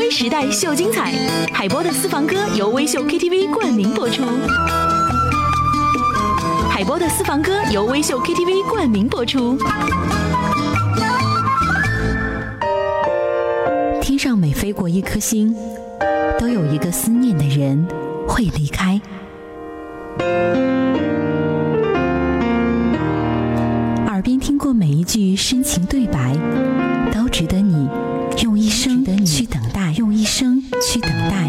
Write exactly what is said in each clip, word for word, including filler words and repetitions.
微时代秀精彩，海波的私房歌由微秀 K T V 冠名播出。海波的私房歌由微秀 K T V 冠名播出。 天上每飞过一颗星，都有一个思念的人会离开。耳边听过每一句深情对白，都值得你用一生去等待，用一生去等待。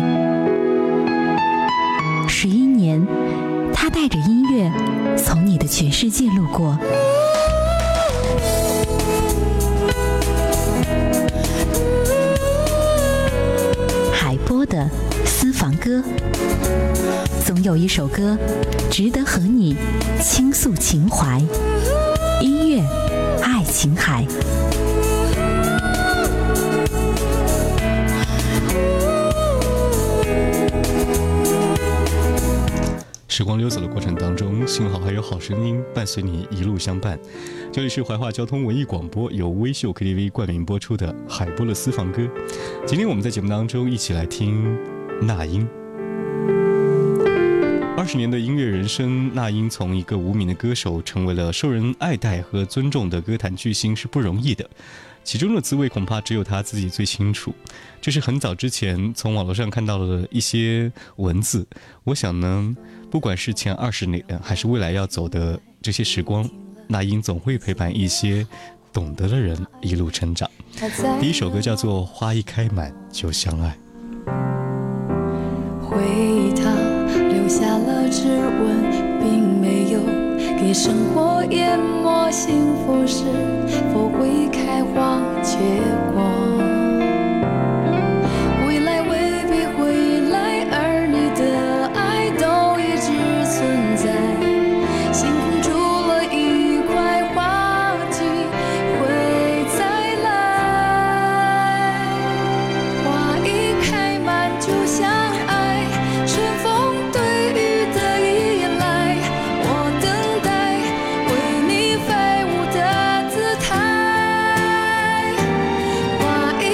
十一年，他带着音乐从你的全世界路过。海波的私房歌，总有一首歌值得和你倾诉情怀。音乐，爱琴海。 时光溜走的过程当中，幸好还有好声音伴随你一路相伴。这里是怀化交通文艺广播，由微秀 K T V 冠名播出的海波的私房歌。今天我们在节目当中一起来听那英。二十年的音乐人生，那英从一个无名的歌手成为了受人爱戴和尊重的歌坛巨星是不容易的，其中的滋味恐怕只有他自己最清楚。这是很早之前从网络上看到了一些文字，我想呢，不管是前二十年还是未来要走的这些时光，那英总会陪伴一些懂得的人一路成长。第一首歌叫做《花一开满就相爱》。 回忆它留下了指纹，并没有给生活淹没，幸福是否会开花结果，未来未必会来，而你的爱都一直存在，星空住了一块花季会再来，花一开满就相爱，春风对雨的依赖，我等待为你飞舞的姿态，花一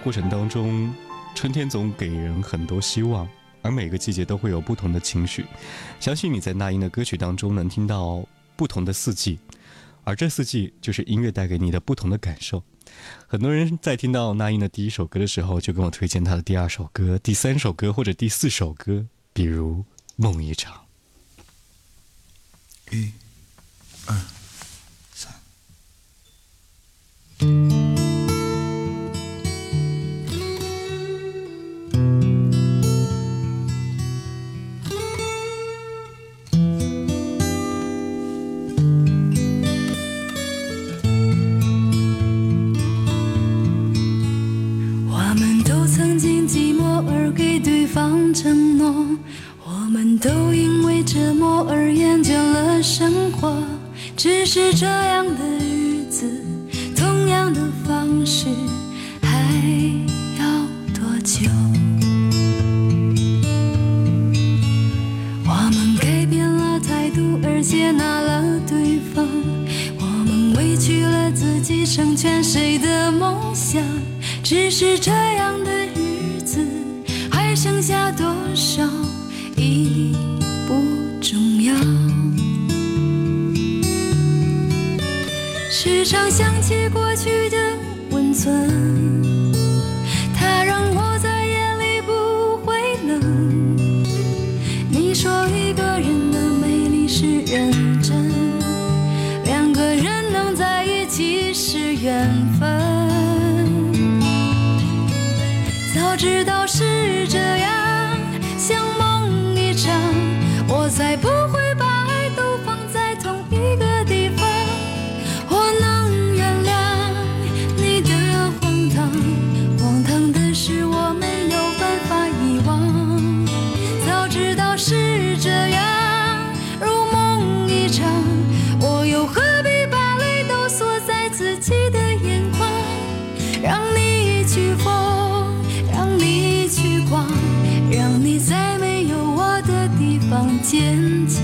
过程当中，春天总给人很多希望，而每个季节都会有不同的情绪。相信你在那英的歌曲当中能听到不同的四季，而这四季就是音乐带给你的不同的感受。很多人在听到那英的第一首歌的时候，就跟我推荐他的第二首歌、第三首歌或者第四首歌，比如《梦一场》。 一、二、三。 我们都曾经寂寞而给对方承诺，我们都因为折磨而厌倦了生活，只是这样的日子，同样的方式，还要多久？我们改变了态度而接纳了对方，我们委屈了自己成全谁的梦想，只是这样的日子，还剩下多少已不重要。时常想起过去的温存，它让我在夜里不会冷。你说一个人的美丽是认真，两个人能在一起是缘分。早知道是这样，像梦一场，我才不会把爱都放在同一个地方。我能原谅你的荒唐，荒唐的是我没有办法遗忘。早知道是这样，如梦一场，我又何必把泪都锁在自己的眼眶，让你去疯，让你去狂，让你在没有我的地方坚强。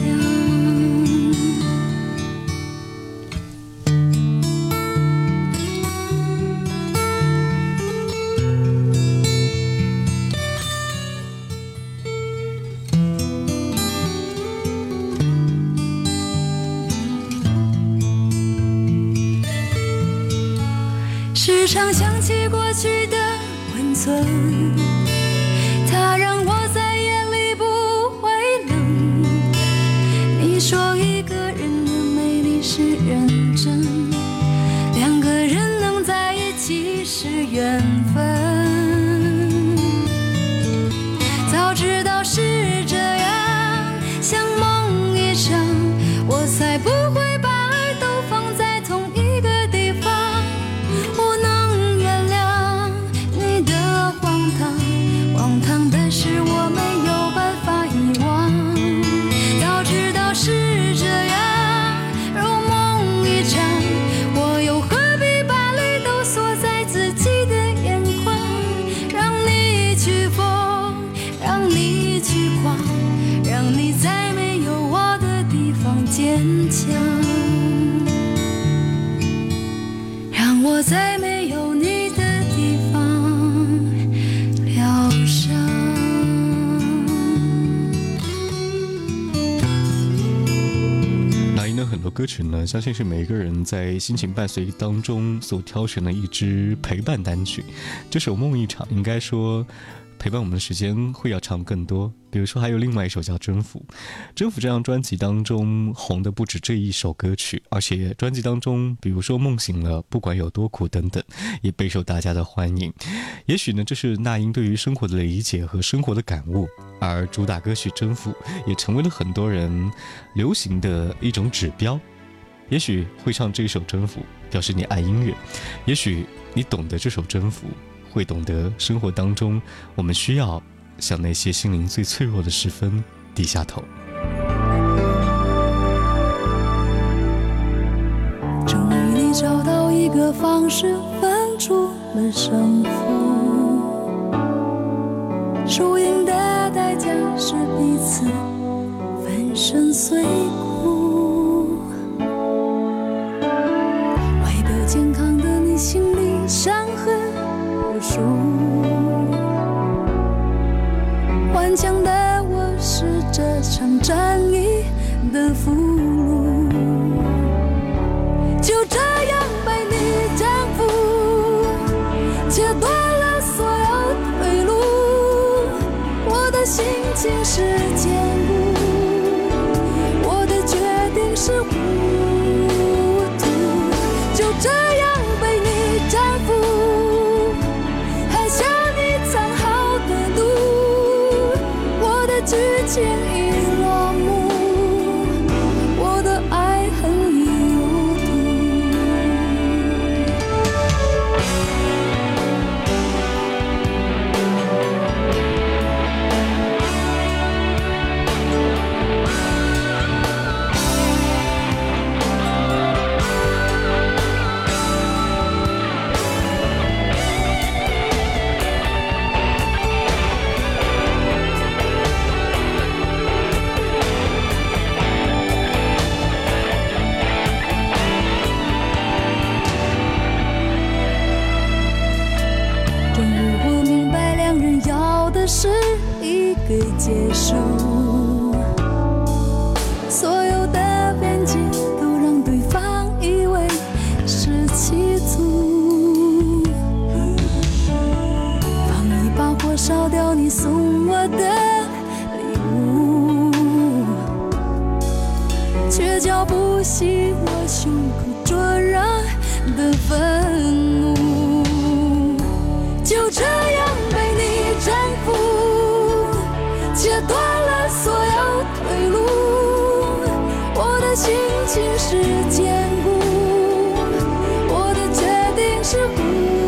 时常想起过去的温存，它让我在夜里不会冷。你说一个人的美丽是认真，两个人能在一起是缘分。早知道是这样，像梦一场，我才不会把爱都放在同一个地方。我能原谅你的荒唐，荒唐的是我没有办法遗忘。早知道是这样，如梦一场，我又何必把泪都锁在自己的眼眶，让你去疯，让你去狂，让你在没有我的地方坚强，让我在没有你的地方疗伤。 那英的很多歌曲呢，相信是每一个人在心情伴随当中所挑选的一支陪伴单曲。这首《梦一场》应该说陪伴我们的时间会要长更多，比如说还有另外一首叫《征服》。征服这张专辑当中红的不止这一首歌曲，而且专辑当中比如说梦醒了，不管有多苦等等，也备受大家的欢迎。也许呢，这是那英对于生活的理解和生活的感悟，而主打歌曲《征服》也成为了很多人流行的一种指标。也许会唱这一首《征服》表示你爱音乐，也许你懂得这首《征服》，会懂得生活当中我们需要向那些心灵最脆弱的时分低下头。 终于你找到一个方式分出了胜负，输赢的代价是彼此粉身碎骨，外表健康的你心里伤痕无数。 顽强的我是这场战役的俘虏，就这样被你征服，切断了所有退路。我的心情是坚固，我的决定是糊涂，就这样被你征服，还向你藏好的毒。我的剧情已落幕，我的爱恨已有途。是一个结束，所有的边界都让对方以为是欺阻，放一把火烧掉你送我的礼物，却浇不熄我胸口灼热的愤怒，就这样被你征服，切断了所有退路。我的心情是坚固，我的决定是糊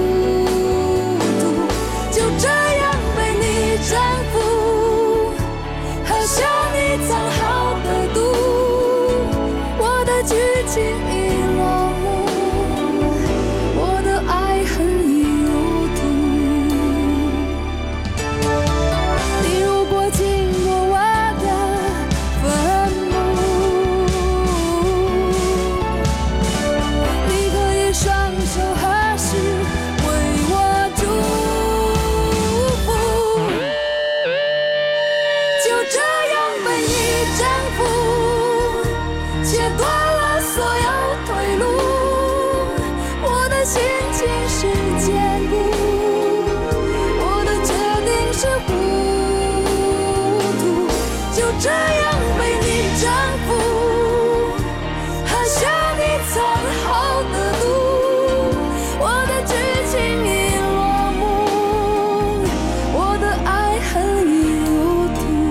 涂，就这样被你征服，好像你藏好的毒。我的剧情已落幕，我的爱恨已有途。你如果经过我的坟墓，你可以双手合十为我祝福，就这样被你征服，切断了所有退路。我的心情是坚固，我的决定是糊涂，就这样被你征服，好像你藏好的毒。我的剧情已落幕，我的爱恨已有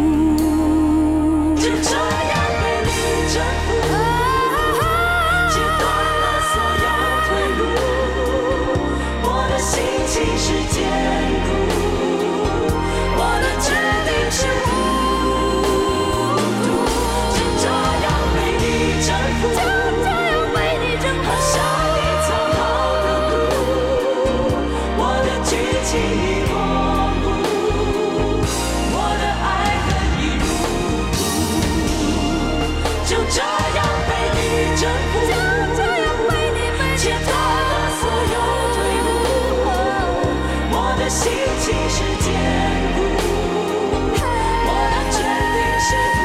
途，就这样被你征服，切断了所有退路。我的心情是坚固，我的决定是糊涂，就这样被你征服，好像你藏好的毒。我的剧情已落幕，我的爱恨已入土，就这样被你征服，切断了所有退路。我的心情是坚固，我的决定是糊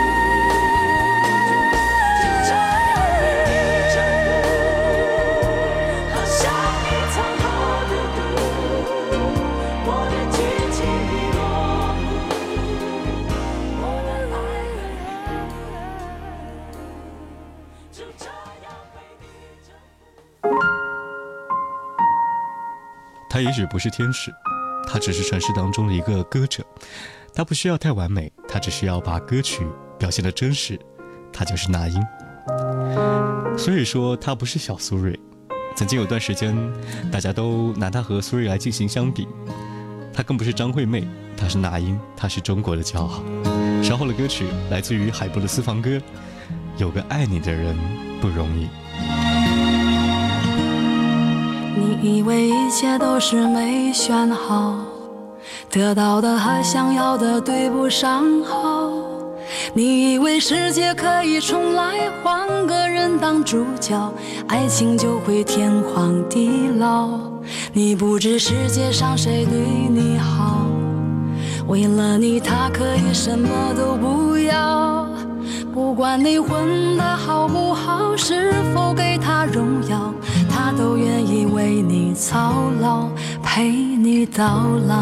涂，就这样被你征服，好像你藏好的毒。我的剧情已落幕，我的爱就这样被你征服。 他也许不是天使，他只是城市当中的一个歌者，他不需要太完美，他只需要把歌曲表现得真实，他就是那英。所以说他不是小苏芮，曾经有段时间大家都拿他和苏芮来进行相比，他更不是张惠妹，他是那英，他是中国的骄傲。稍后的歌曲来自于海波的私房歌，有个爱你的人不容易。 你以为一切都是没选好，得到的和想要的对不上号。你以为世界可以重来，换个人当主角，爱情就会天荒地老。你不知世界上谁对你好， 为了你他可以什么都不要，不管你混得好不好，是否给他荣耀，他都愿意为你操劳，陪你到老。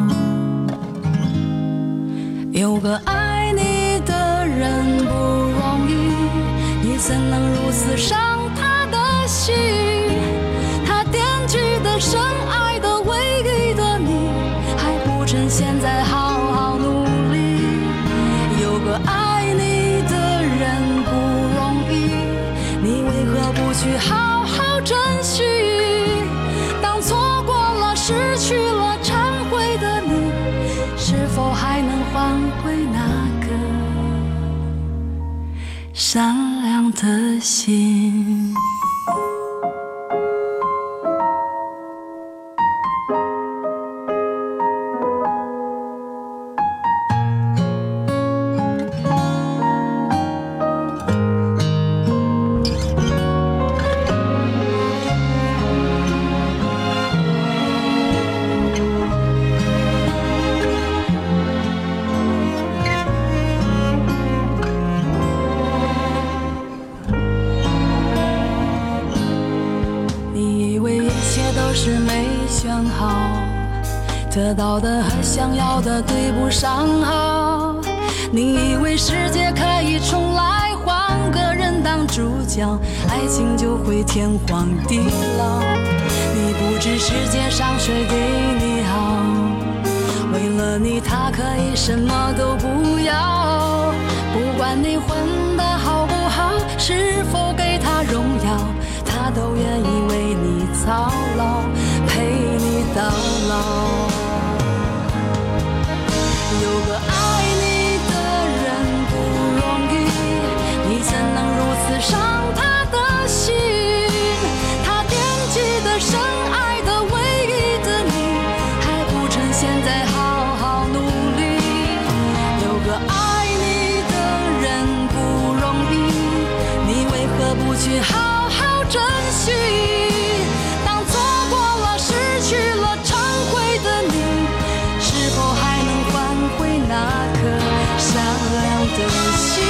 有个爱你的人不容易，你怎能如此伤他的心？他惦记的深爱的唯一的你，还不趁现在好好努力。有个爱你的人不容易，你为何不去好好珍惜？当错过了失去了忏悔的你，是否还能换回那个善良的心？是没选好，得到的和想要的对不上号。你以为世界可以重来，换个人当主角，爱情就会天荒地老。你不知世界上谁对你好，为了你他可以什么都不要，不管你混得好不好，是否给他荣耀，他都愿意为你操劳，陪你到老。有个爱你的人不容易，你怎能如此伤他的心？他惦记的深爱的唯一的你，还不趁现在好好努力。有个爱你的人不容易，你为何不去好好珍惜？当错过了失去了忏悔的你，是否还能换回那颗善良的心？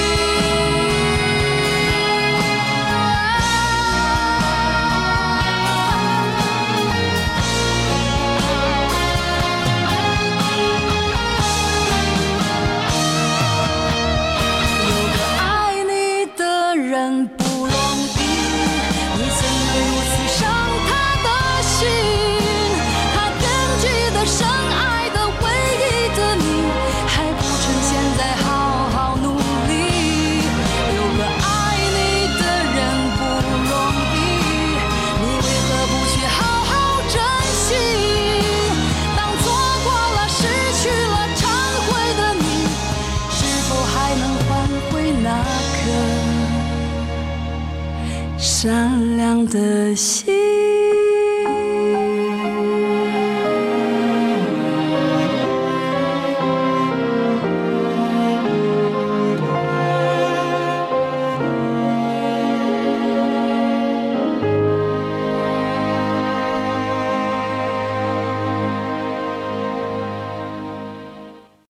有个爱你的人不容易，你怎能如此伤他的心？他惦记的深爱的唯一的你，还不趁现在好好努力。有个爱你的人不容易，你为何不去好好珍惜？当错过了失去了忏悔的你，是否还能换回那颗善良的心？